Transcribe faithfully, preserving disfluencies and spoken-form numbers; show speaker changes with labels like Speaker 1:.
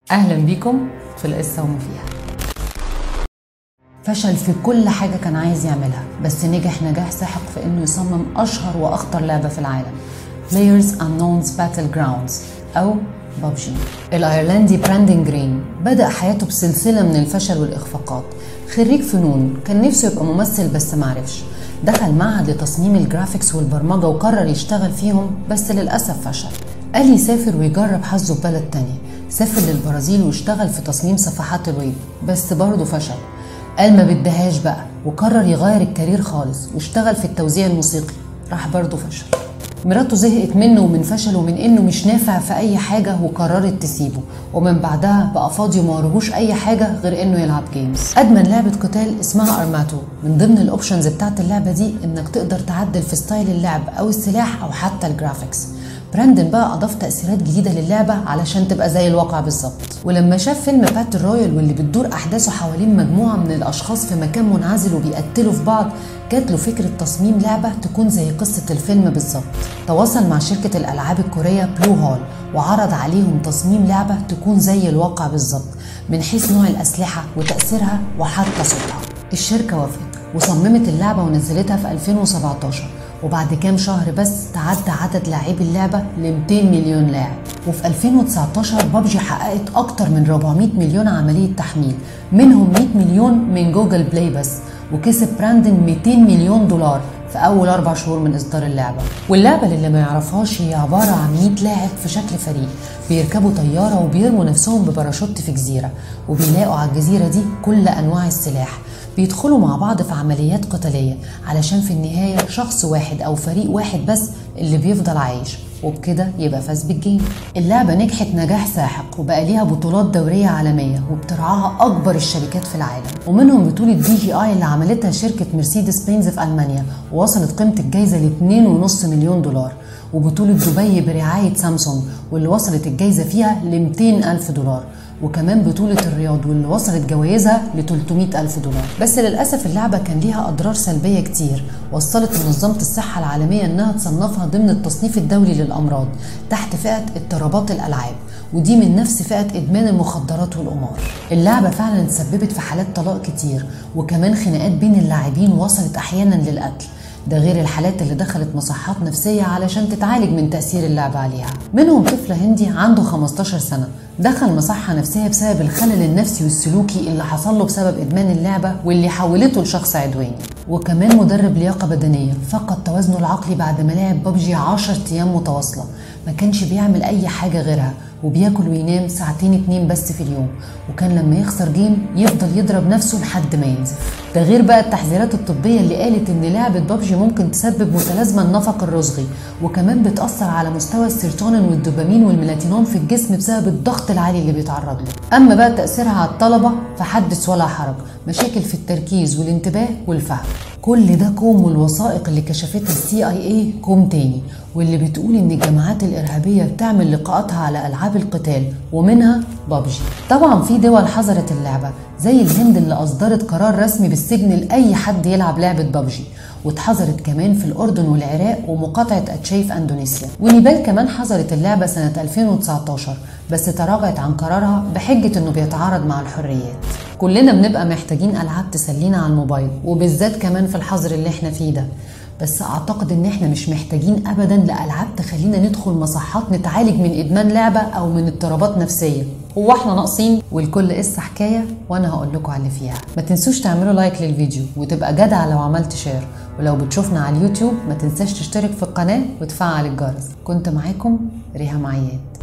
Speaker 1: أهلا بيكم في القصة وما فيها. فشل في كل حاجة كان عايز يعملها، بس نجح نجاح ساحق في إنه يصمم أشهر وأخطر لعبة في العالم، PlayerUnknown's Battlegrounds أو بابجي. الأيرلندي براندن جرين بدأ حياته بسلسلة من الفشل والإخفاقات. خريج فنون، كان نفسه يبقى ممثل بس معرفش. دخل معهد لتصميم الجرافيكس والبرمجة وقرر يشتغل فيهم، بس للأسف فشل. قال يسافر ويجرب حظه في بلد تانية. سافر للبرازيل واشتغل في تصميم صفحات الويب، بس برضه فشل. قال ما بدهاش بقى وقرر يغير الكارير خالص واشتغل في التوزيع الموسيقي، راح برضه فشل. مراته زهقت منه ومن فشله ومن انه مش نافع في اي حاجه وقررت تسيبه، ومن بعدها بقى فاضي وما ورهوش اي حاجه غير انه يلعب جيمز. ادمن لعبه قتال اسمها ارماتو. من ضمن الاوبشنز بتاعت اللعبه دي انك تقدر تعدل في ستايل اللعب او السلاح او حتى الجرافيكس. براندن بقى اضاف تاثيرات جديده للعبه علشان تبقى زي الواقع بالظبط. ولما شاف فيلم باتل رويال واللي بتدور احداثه حوالين مجموعه من الاشخاص في مكان منعزل وبيقتلوا في بعض، جات له فكره تصميم لعبه تكون زي قصه الفيلم بالظبط. تواصل مع شركه الالعاب الكوريه بلو هول وعرض عليهم تصميم لعبه تكون زي الواقع بالظبط من حيث نوع الاسلحه وتاثيرها وحتى صوتها. الشركه وافقت وصممت اللعبه ونزلتها في ألفين وسبعتاشر، وبعد كام شهر بس تعدى عدد لاعبي اللعبة ل مئتين مليون لاعب. وفي ألفين وتسعتاشر بابجي حققت أكتر من أربعمئة مليون عملية تحميل، منهم مئة مليون من جوجل بلاي بس. وكسب براندن مئتين مليون دولار في أول أربع شهور من إصدار اللعبة. واللعبة اللي ما يعرفهاش هي عبارة عن مئة لاعب في شكل فريق بيركبوا طيارة وبيرموا نفسهم بباراشوت في جزيرة، وبيلاقوا على الجزيرة دي كل أنواع السلاح. بيدخلوا مع بعض في عمليات قتالية علشان في النهاية شخص واحد أو فريق واحد بس اللي بيفضل عايش، وبكده يبقى فاز بالجيم. اللعبة نجحت نجاح ساحق وبقى ليها بطولات دورية عالمية وبترعاها أكبر الشركات في العالم، ومنهم بطولة دي جي آي اللي عملتها شركة مرسيدس بنز في ألمانيا ووصلت قيمة الجايزة ل اثنين ونص مليون دولار، وبطولة دبي برعاية سامسونج واللي وصلت الجايزة فيها ل مئتين ألف دولار، وكمان بطولة الرياض واللي وصلت جوائزها ل ثلاثمئة ألف دولار. بس للأسف اللعبة كان ليها أضرار سلبية كتير، وصلت منظمة الصحة العالمية إنها تصنفها ضمن التصنيف الدولي للأمراض تحت فئة اضطرابات الألعاب، ودي من نفس فئة إدمان المخدرات والقمار. اللعبة فعلا تسببت في حالات طلاق كتير، وكمان خناقات بين اللاعبين وصلت أحيانا للقتل، ده غير الحالات اللي دخلت مصحات نفسية علشان تتعالج من تأثير اللعبة عليها. منهم طفل هندي عنده خمستاشر سنة دخل مصحة نفسية بسبب الخلل النفسي والسلوكي اللي حصل له بسبب إدمان اللعبة واللي حولته لشخص عدواني. وكمان مدرب لياقة بدنية فقد توازنه العقلي بعد ما لعب بابجي عشرة أيام متواصلة، ما كانش بيعمل أي حاجة غيرها وبياكل وينام ساعتين اتنين بس في اليوم، وكان لما يخسر جيم يفضل يضرب نفسه لحد ما ينزف. ده غير بقى التحذيرات الطبية اللي قالت ان لعبة بابجي ممكن تسبب متلازمة النفق الرزغي، وكمان بتأثر على مستوى السيروتونين والدوبامين والميلاتونين في الجسم بسبب الضغط العالي اللي بيتعرض له. اما بقى تأثيرها على الطلبة فحدث ولا حرج، مشاكل في التركيز والانتباه والفهم. كل ده كوم، والوثائق اللي كشفتها السي اي اي كوم تاني، واللي بتقول ان الجماعات الارهابيه بتعمل لقاءاتها على العاب القتال ومنها بابجي. طبعا في دول حظرت اللعبه زي الهند اللي اصدرت قرار رسمي بالسجن لاي حد يلعب لعبه بابجي، واتحظرت كمان في الاردن والعراق ومقاطعه اتشي في اندونيسيا، ونيبال كمان حظرت اللعبه سنه ألفين وتسعتاشر بس تراجعت عن قرارها بحجه انه بيتعارض مع الحريات. كلنا بنبقى محتاجين العاب تسلينا على الموبايل، وبالذات كمان في الحظر اللي احنا فيه ده، بس اعتقد ان احنا مش محتاجين ابدا لالعاب تخلينا ندخل مصحات نتعالج من ادمان لعبه او من اضطرابات نفسيه. هو احنا ناقصين؟ والكل قصه حكايه وانا هقول لكم على اللي فيها. ما تنسوش تعملوا لايك للفيديو وتبقى جدع لو عملت شير، ولو بتشوفنا على اليوتيوب ما تنساش تشترك في القناه وتفعل الجرس. كنت معاكم ريهام عياد.